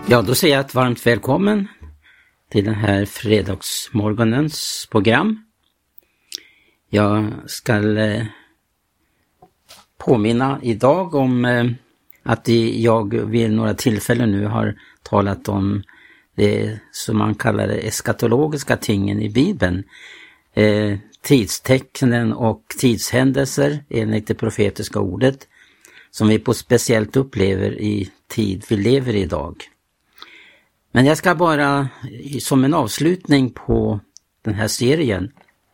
Ja, då säger jag ett varmt välkommen till den här fredagsmorgonens program. Jag ska påminna idag om att jag vid några tillfällen nu har talat om det som man kallar det eskatologiska tingen i Bibeln. Tidstecknen och tidshändelser enligt det profetiska ordet som vi på speciellt upplever i tid vi lever i idag. Men jag ska bara som en avslutning på den här serien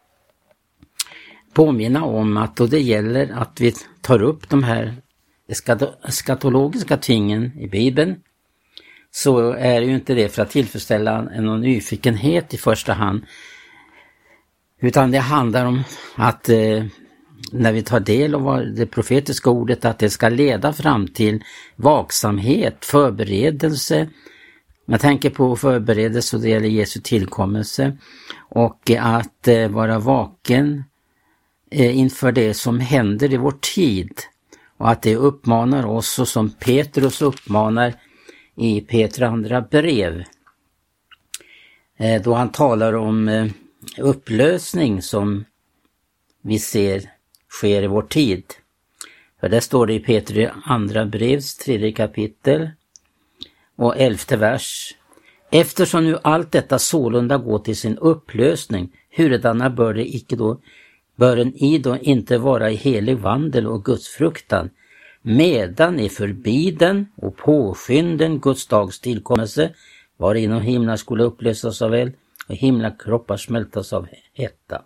påminna om att då det gäller att vi tar upp de här eskatologiska tingen i Bibeln, så är det ju inte det för att tillfredsställa någon nyfikenhet i första hand, utan det handlar om att när vi tar del av det profetiska ordet, att det ska leda fram till vaksamhet, förberedelse. Jag tänker på förberedelse och det gäller Jesu tillkommelse, och att vara vaken inför det som händer i vår tid, och att det uppmanar oss, och som Petrus uppmanar i Petri andra brev, då han talar om upplösning som vi ser sker i vår tid. För det står det i Petri andra brevs 3 kapitel och 11 vers. Eftersom nu allt detta sålunda går till sin upplösning, hurdana bör en i då inte vara i helig vandel och Guds fruktan, medan i förbiden och påskynden Guds dags tillkommelse, varigenom himlar skulle upplösas av eld och himlakroppar smältas av hetta.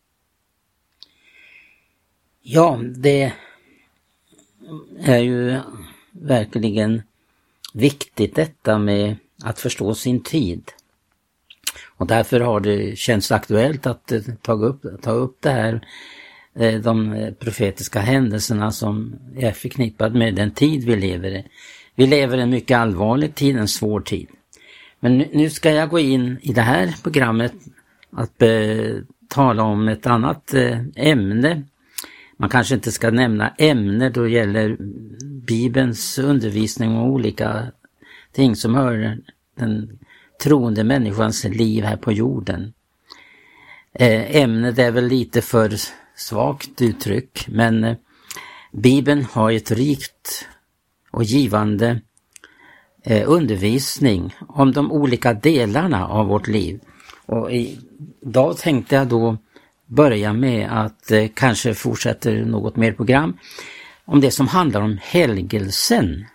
Ja, det är ju verkligen viktigt detta med att förstå sin tid. Och därför har det känts aktuellt att ta upp det här, de profetiska händelserna som är förknippade med den tid vi lever i. Vi lever i en mycket allvarlig tid, en svår tid. Men nu ska jag gå in i det här programmet att tala om ett annat ämne. Man kanske inte ska nämna ämne då det gäller Bibelns undervisning och olika ting som hör den troende människans liv här på jorden. Ämnet är väl lite för svagt uttryck, men Bibeln har ett rikt och givande undervisning om de olika delarna av vårt liv. Och idag tänkte jag då börja med att kanske fortsätter något mer program om det som handlar om helgelsen.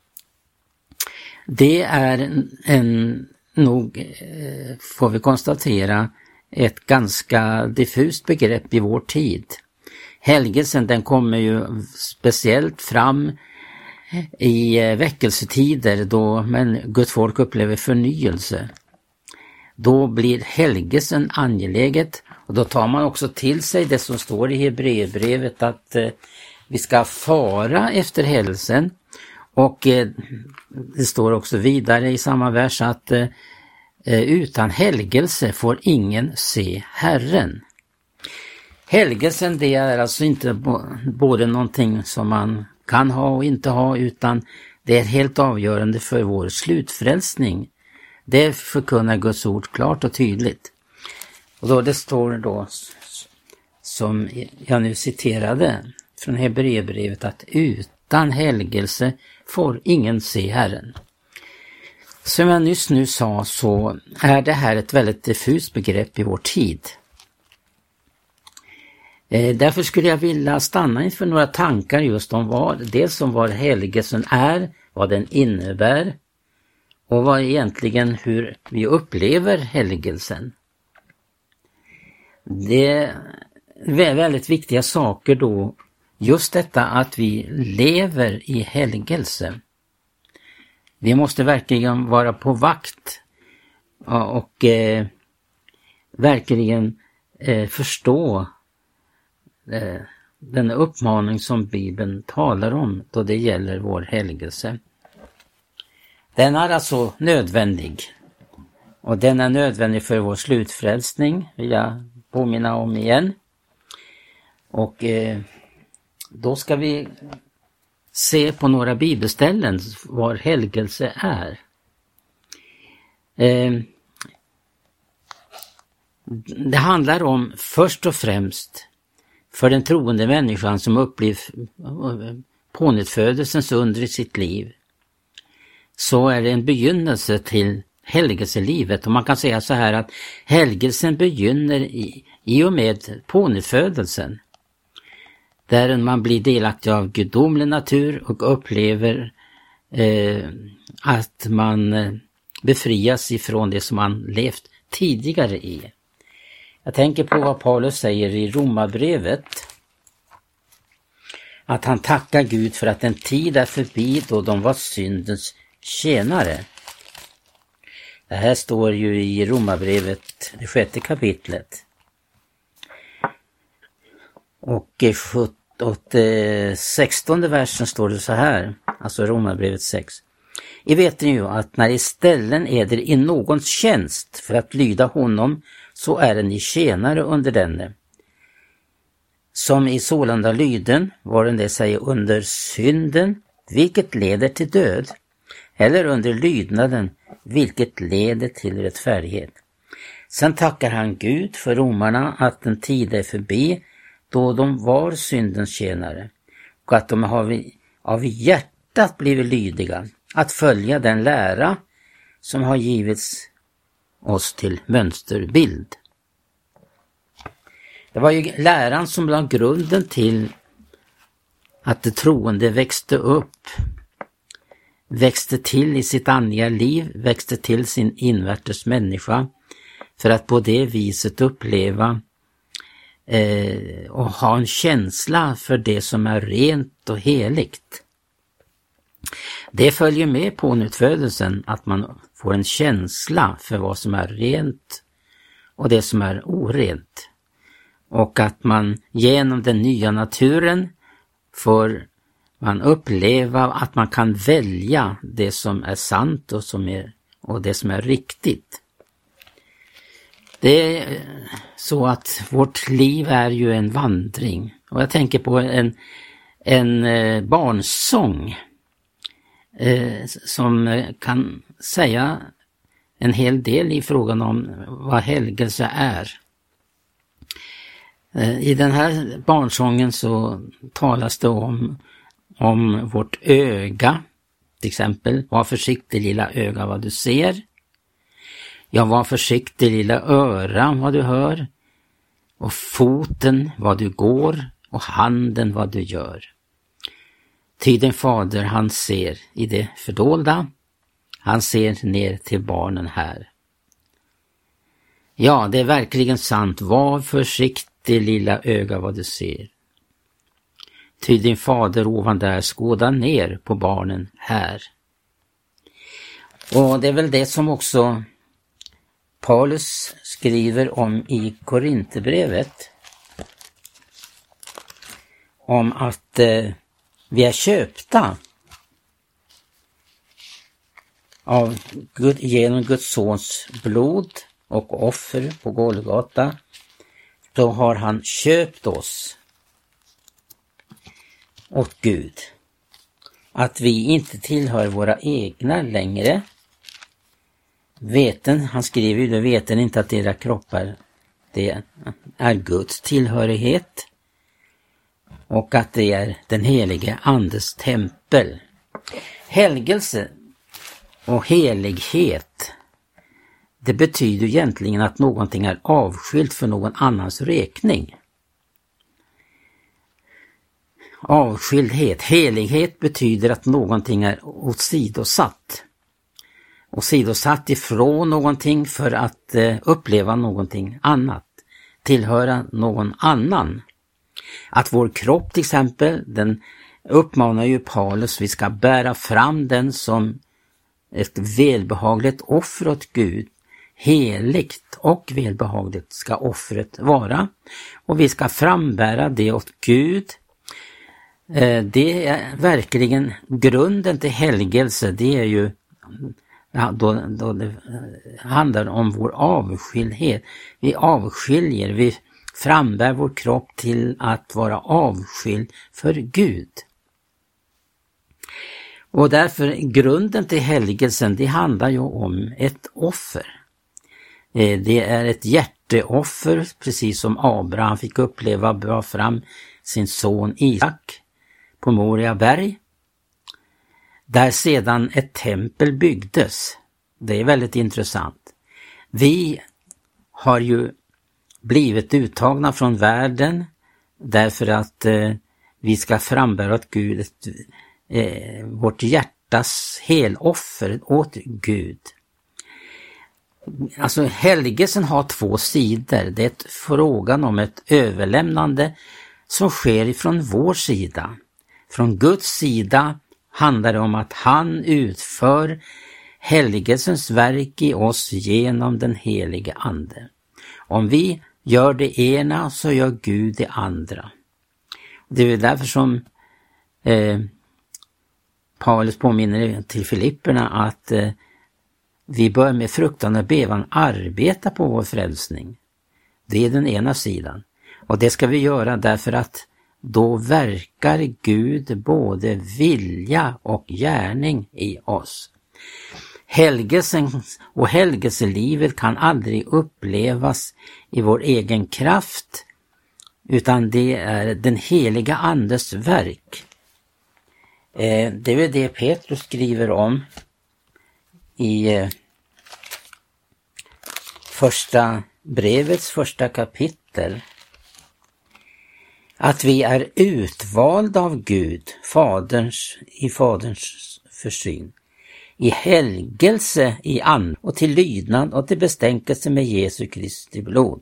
Det är nog får vi konstatera ett ganska diffust begrepp i vår tid. Helgelsen, den kommer ju speciellt fram i väckelsetider då Guds folk upplever förnyelse. Då blir helgelsen angeläget, och då tar man också till sig det som står i Hebreerbrevet att vi ska fara efter helgelsen. Och det står också vidare i samma vers att utan helgelse får ingen se Herren. Helgelsen, det är alltså inte både någonting som man kan ha och inte ha, utan det är helt avgörande för vår slutfrälsning. Det förkunnar Guds ord klart och tydligt. Och då det står då, som jag nu citerade från Hebreerbrevet, att utan helgelse får ingen se Herren. Som jag nyss nu sa, så är det här ett väldigt diffust begrepp i vår tid. Därför skulle jag vilja stanna inför några tankar just om vad helgelsen är, vad den innebär och hur vi upplever helgelsen. Det är väldigt viktiga saker då, just detta att vi lever i helgelse. Vi måste verkligen vara på vakt och verkligen förstå den uppmaning som Bibeln talar om då det gäller vår helgelse. Den är alltså nödvändig, och den är nödvändig för vår slutfrälsning, vill jag påminna om igen. Och då ska vi se på några bibelställen vad helgelse är. Det handlar om först och främst för den troende människan som upplever pånyttfödelsens under i sitt liv, så är det en begynnelse till helgelselivet. Och man kan säga så här att helgelsen begynner i och med pånyttfödelsen, där man blir delaktig av gudomlig natur och upplever att man befrias ifrån det som man levt tidigare i. Jag tänker på vad Paulus säger i Romarbrevet, att han tackar Gud för att en tid är förbi då de var syndens tjänare. Det här står ju i Romarbrevet, det 6:e kapitlet. Och i 16:e versen står det så här, alltså Romarbrevet 6. I vet ni ju att när istället eder i någons tjänst för att lyda honom, så är ni tjänare under denne. Som i sålunda lyden, var det säger under synden, vilket leder till död, eller under lydnaden, vilket leder till rättfärdighet. Sen tackar han Gud för romarna att en tid är förbi då de var syndens tjänare, och att de av hjärtat blivit lydiga, att följa den lära som har givits oss till mönsterbild. Det var ju läran som la grunden till att det troende växte upp, växte till i sitt andliga liv, växte till sin invärtes människa, för att på det viset uppleva och ha en känsla för det som är rent och heligt. Det följer med pånyttfödelsen att man får en känsla för vad som är rent och det som är orent. Och att man genom den nya naturen får man uppleva att man kan välja det som är sant och det som är riktigt. Det är så att vårt liv är ju en vandring. Och jag tänker på en barnsång som kan säga en hel del i frågan om vad helgelse är. I den här barnsången så talas det om vårt öga, till exempel. Var försiktig lilla öga vad du ser. Ja, var försiktig lilla öra vad du hör. Och foten vad du går och handen vad du gör. Ty din fader han ser i det fördolda. Han ser ner till barnen här. Ja, det är verkligen sant. Var försiktig lilla öga vad du ser. Ty din fader ovan där skådar ner på barnen här. Och det är väl det som också Paulus skriver om i Korinthierbrevet. Om att vi är köpta av Gud, genom Guds sons blod och offer på Golgata. Då har han köpt oss åt Gud. Att vi inte tillhör våra egna längre. Han skriver ju, veten inte att era kroppar det är Guds tillhörighet. Och att det är den helige andes tempel. Helgelse och helighet, det betyder egentligen att någonting är avskilt för någon annans räkning. Avskildhet, helighet betyder att någonting är åsidosatt. Åsidosatt ifrån någonting för att uppleva någonting annat. Tillhöra någon annan. Att vår kropp till exempel, den uppmanar ju Paulus, vi ska bära fram den som ett välbehagligt offer åt Gud. Heligt och välbehagligt ska offret vara. Och vi ska frambära det åt Gud. Det är verkligen grunden till helgelse. Det är ju då det handlar om vår avskildhet. Vi avskiljer, vi frambär vår kropp till att vara avskild för Gud. Och därför grunden till helgelsen, det handlar ju om ett offer. Det är ett hjärteoffer, precis som Abraham fick uppleva, bra fram sin son Isak på Moria berg. Där sedan ett tempel byggdes. Det är väldigt intressant. Vi har ju blivit uttagna från världen därför att vi ska frambära åt Gud vårt hjärtas heloffer åt Gud. Alltså helgelsen har två sidor. Det är frågan om ett överlämnande som sker ifrån vår sida. Från Guds sida handlar det om att han utför helgelsens verk i oss genom den helige ande. Om vi gör det ena så gör Gud det andra. Det är därför som Paulus påminner till Filipperna att vi bör med fruktan och bevan arbeta på vår frälsning. Det är den ena sidan. Och det ska vi göra därför att då verkar Gud både vilja och gärning i oss. Helgelsen och helgelselivet kan aldrig upplevas i vår egen kraft, utan det är den heliga andes verk. Det är det Petrus skriver om i första brevets första kapitel. Att vi är utvalda av Gud, i faderns försyn, i helgelse i ande och till lydnad och till bestänkelse med Jesu Kristi blod.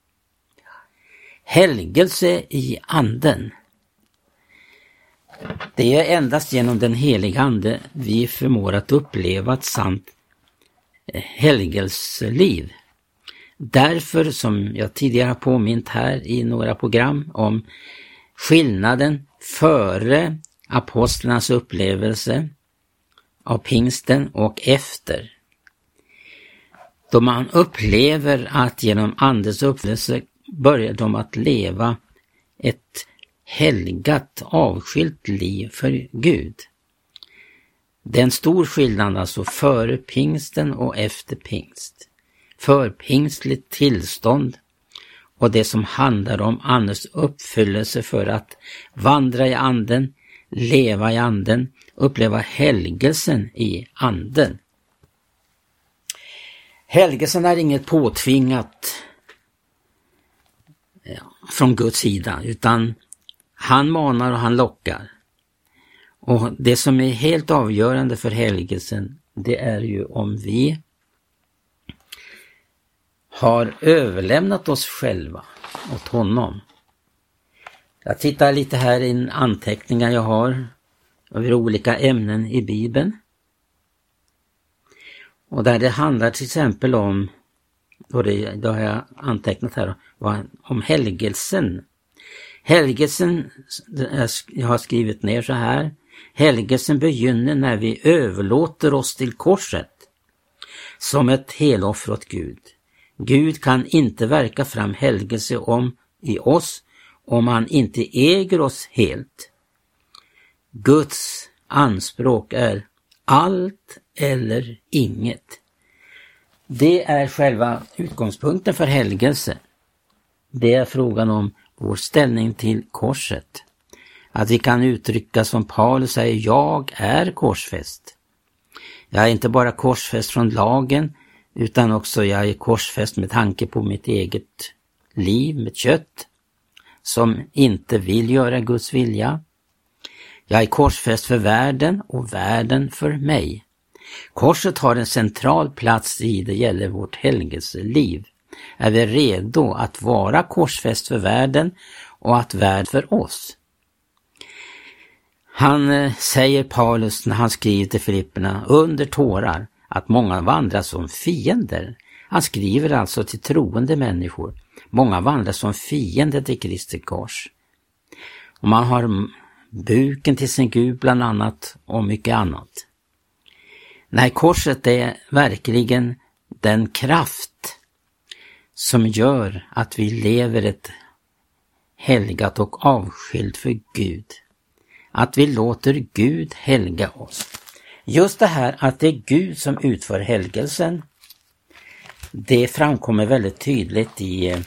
Helgelse i anden. Det är endast genom den heliga ande vi förmår att uppleva ett sant helgelseliv. Därför, som jag tidigare har påmint här i några program, om skillnaden före apostlarnas upplevelse av pingsten och efter. Då man upplever att genom andens upplevelse börjar de att leva ett helgat, avskilt liv för Gud. Det är en stor skillnad alltså före pingsten och efter pingst. Förpingstligt tillstånd och det som handlar om andens uppfyllelse för att vandra i anden, leva i anden, uppleva helgelsen i anden. Helgelsen är inget påtvingat från Guds sida, utan han manar och han lockar. Och det som är helt avgörande för helgelsen, det är ju om vi har överlämnat oss själva åt honom. Jag tittar lite här i anteckningar jag har över olika ämnen i Bibeln. Och där det handlar till exempel om, och det har jag antecknat här, om helgelsen. Helgelsen, jag har skrivit ner så här: helgelsen begynner när vi överlåter oss till korset som ett heloffer åt Gud. Gud kan inte verka fram helgelse i oss om han inte äger oss helt. Guds anspråk är allt eller inget. Det är själva utgångspunkten för helgelse. Det är frågan om vår ställning till korset. Att vi kan uttrycka som Paulus säger: jag är korsfäst. Jag är inte bara korsfäst från lagen, utan också jag är korsfäst med tanke på mitt eget liv, mitt kött, som inte vill göra Guds vilja. Jag är korsfäst för världen och världen för mig. Korset har en central plats i det gäller vårt helgelseliv. Är vi redo att vara korsfäst för världen och att värd för oss? Han säger, Paulus, när han skriver till Filipperna under tårar, att många vandrar som fiender. Han skriver alltså till troende människor. Många vandrar som fiender till Kristi kors. Och man har buken till sin Gud bland annat och mycket annat. Nej, korset är verkligen den kraft som gör att vi lever ett helgat och avskilt för Gud. Att vi låter Gud helga oss. Just det här att det är Gud som utför helgelsen, det framkommer väldigt tydligt i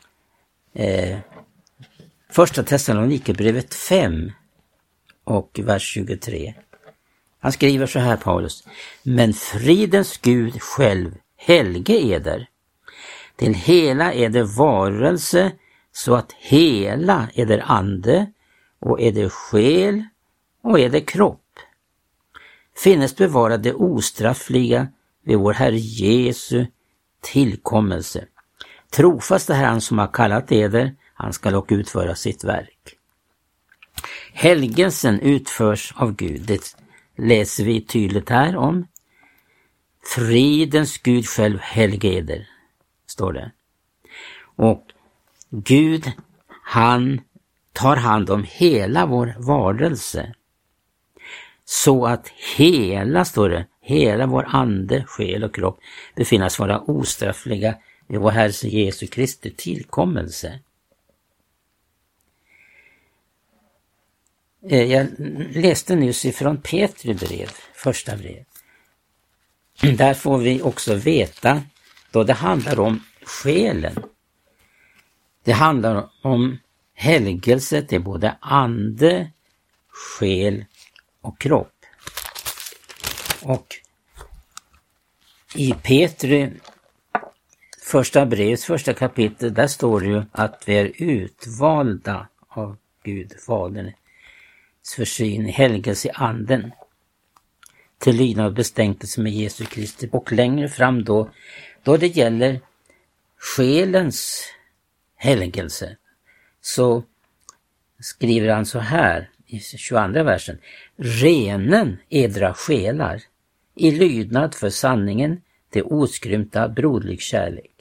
första Thessalonikerbrevet 5 och vers 23. Han skriver så här, Paulus: men fridens Gud själv helge eder, till hela eder varelse, så att hela eder ande och eder själ och eder kropp finnes bevarade ostraffliga vid vår Herre Jesu tillkommelse. Trofast är han som har kallat eder, han ska dock utföra sitt verk. Helgelsen utförs av Gud, det läser vi tydligt här om. Fridens Gud själv helge eder, står det. Och Gud, han tar hand om hela vår varelse, så att hela, står det, hela vår ande, själ och kropp befinnas vara ostraffliga vid vår Herre Jesu Kristi tillkommelse. Jag läste nyss ifrån Petri brev, första brev. Där får vi också veta, då det handlar om själen. Det handlar om helgelse till både ande, själ och kropp. Och i Petri första brevs första kapitel, där står det ju att vi är utvalda av Gud, Fadern, försyn, helgelse i anden, till lydnad och bestänkelse med Jesu Kristi. Och längre fram då det gäller själens helgelse, så skriver han så här i 22 versen: renen edra själar i lydnad för sanningen till oskrymta broderlig kärlek.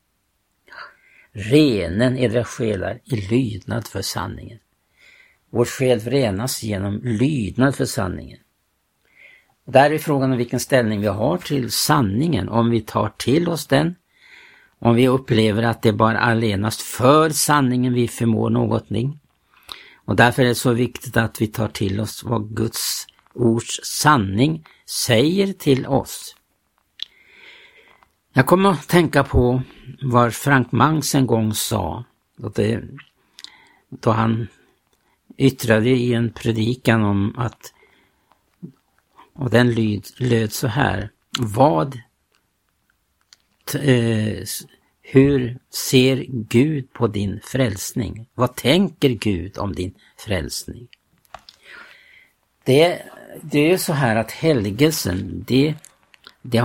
Renen edra själar i lydnad för sanningen. Vår själ renas genom lydnad för sanningen. Där är frågan om vilken ställning vi har till sanningen, om vi tar till oss den, om vi upplever att det bara allenast för sanningen vi förmår någonting. Och därför är det så viktigt att vi tar till oss vad Guds ords sanning säger till oss. Jag kommer att tänka på vad Frank Mangs en gång sa, då han yttrade i en predikan om att, och den löd så här: hur ser Gud på din frälsning? Vad tänker Gud om din frälsning? Det är så här att helgelsen, det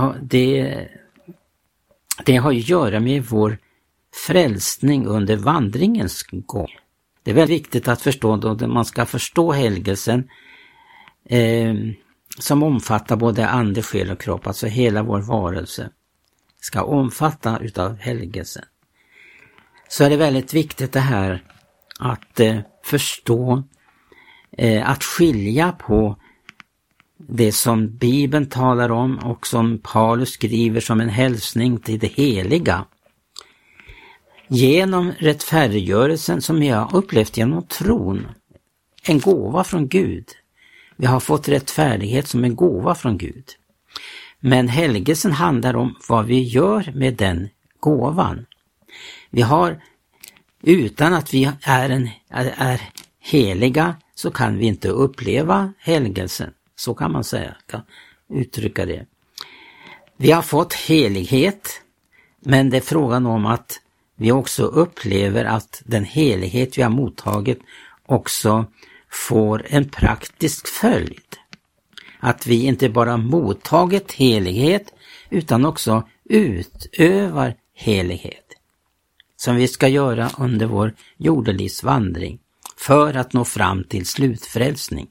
har att göra med vår frälsning under vandringens gång. Det är väldigt viktigt att förstå då man ska förstå helgelsen som omfattar både ande, själ och kropp, alltså hela vår varelse ska omfatta utav helgelsen. Så är det väldigt viktigt det här att förstå, att skilja på det som Bibeln talar om och som Paulus skriver som en hälsning till det heliga. Genom rättfärdiggörelsen som jag upplevt genom tron, en gåva från Gud. Vi har fått rättfärdighet som en gåva från Gud. Men helgelsen handlar om vad vi gör med den gåvan. Vi har, utan att vi är heliga, så kan vi inte uppleva helgelsen. Så kan man säga, kan uttrycka det. Vi har fått helighet, men det är frågan om att vi också upplever att den helighet vi har mottagit också får en praktisk följd. Att vi inte bara mottagit helighet utan också utövar helighet. Som vi ska göra under vår jordelivsvandring för att nå fram till slutfrälsning.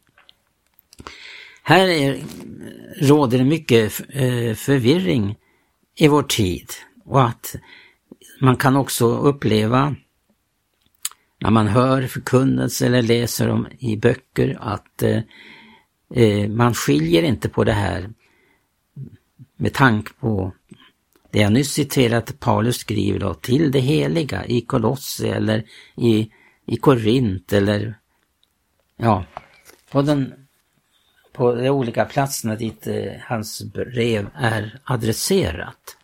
Här råder det mycket förvirring i vår tid, och att man kan också uppleva när man hör förkunnelse eller läser om i böcker att man skiljer inte på det här med tanke på det jag nyss citerat Paulus skriver då, till det heliga i Kolosse eller i Korint eller på de olika platserna dit hans brev är adresserat.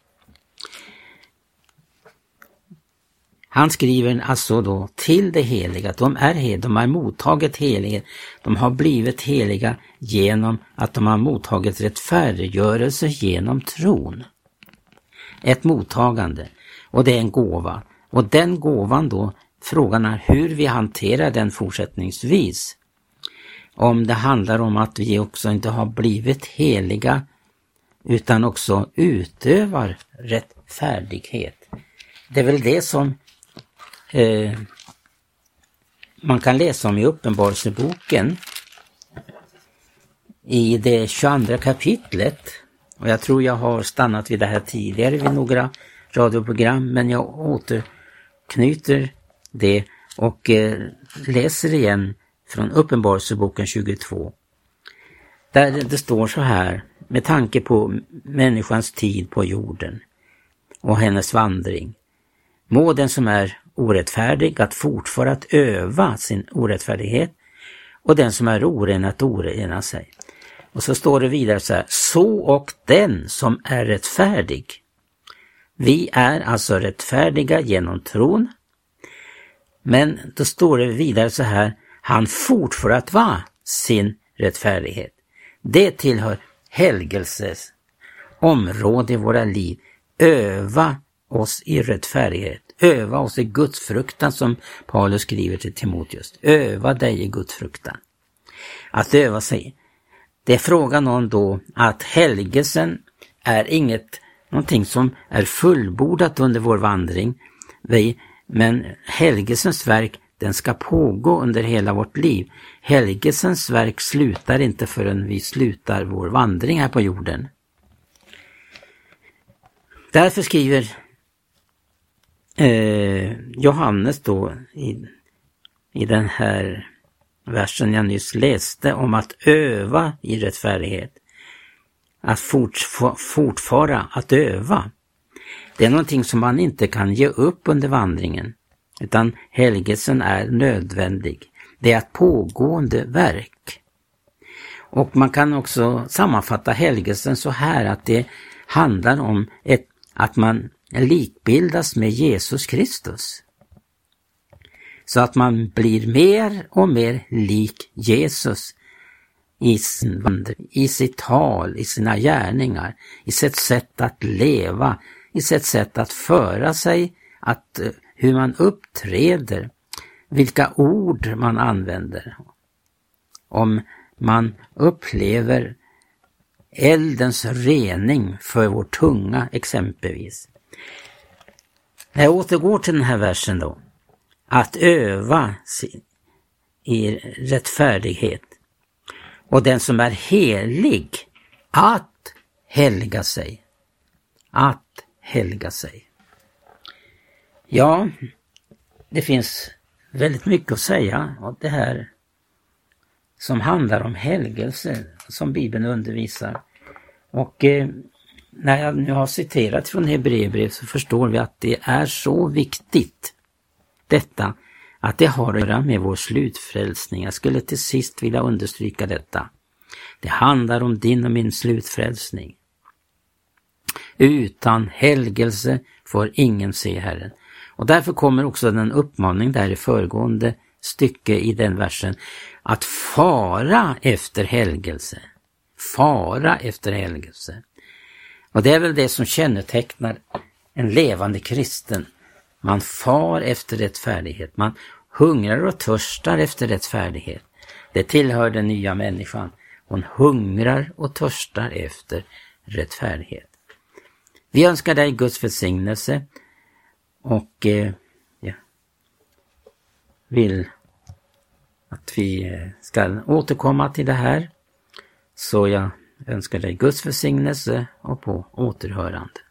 Han skriver alltså då till det heliga, de har mottagit helighet, de har blivit heliga genom att de har mottagit rättfärdiggörelse genom tron. Ett mottagande, och det är en gåva. Och den gåvan då, frågan är hur vi hanterar den fortsättningsvis. Om det handlar om att vi också inte har blivit heliga utan också utövar rättfärdighet. Det är väl det som man kan läsa om i Uppenbarelseboken i det 22 kapitlet. Och jag tror jag har stannat vid det här tidigare vid några radioprogram, men jag återknyter det och läser igen från Uppenbarelseboken 22. Där det står så här: med tanke på människans tid på jorden och hennes vandring, må den som är orättfärdig att fortfara att öva sin orättfärdighet, och den som är oren att orena sig. Och så står det vidare så här: så och den som är rättfärdig. Vi är alltså rättfärdiga genom tron. Men då står det vidare så här: han fortför att vara sin rättfärdighet. Det tillhör helgelses område i våra liv. Öva oss i rättfärdighet. Öva oss i Guds fruktan, som Paulus skriver till Timoteus. Öva dig i Guds fruktan. Att öva sig. Det är frågan om då att helgelsen är någonting som är fullbordat under vår vandring. Men helgelsens verk, den ska pågå under hela vårt liv. Helgelsens verk slutar inte förrän vi slutar vår vandring här på jorden. Därför skriver Johannes då i den här versen jag nyss läste om att öva i rättfärdighet. Att fortfara att öva. Det är någonting som man inte kan ge upp under vandringen, utan helgelsen är nödvändig. Det är ett pågående verk. Och man kan också sammanfatta helgelsen så här, att det handlar om att man likbildas med Jesus Kristus. Så att man blir mer och mer lik Jesus i sin vandring, i sitt tal, i sina gärningar, i sitt sätt att leva, i sitt sätt att föra sig, hur man uppträder, vilka ord man använder. Om man upplever eldens rening för vår tunga exempelvis. När jag återgår till den här versen då. Att öva i rättfärdighet. Och den som är helig att helga sig. Att helga sig. Ja, det finns väldigt mycket att säga om det här som handlar om helgelse som Bibeln undervisar. Och när jag nu har citerat från Hebreerbrevet så förstår vi att det är så viktigt detta, att det har att göra med vår slutfrälsning. Jag skulle till sist vilja understryka detta. Det handlar om din och min slutfrälsning. Utan helgelse får ingen se Herren. Och därför kommer också den uppmaning där i föregående stycke i den versen att fara efter helgelse. Fara efter helgelse. Och det är väl det som kännetecknar en levande kristen. Man far efter rättfärdighet. Man hungrar och törstar efter rättfärdighet. Det tillhör den nya människan. Hon hungrar och törstar efter rättfärdighet. Vi önskar dig Guds välsignelse och vill att vi ska återkomma till det här. Så jag önskar dig Guds välsignelse och på återhörande.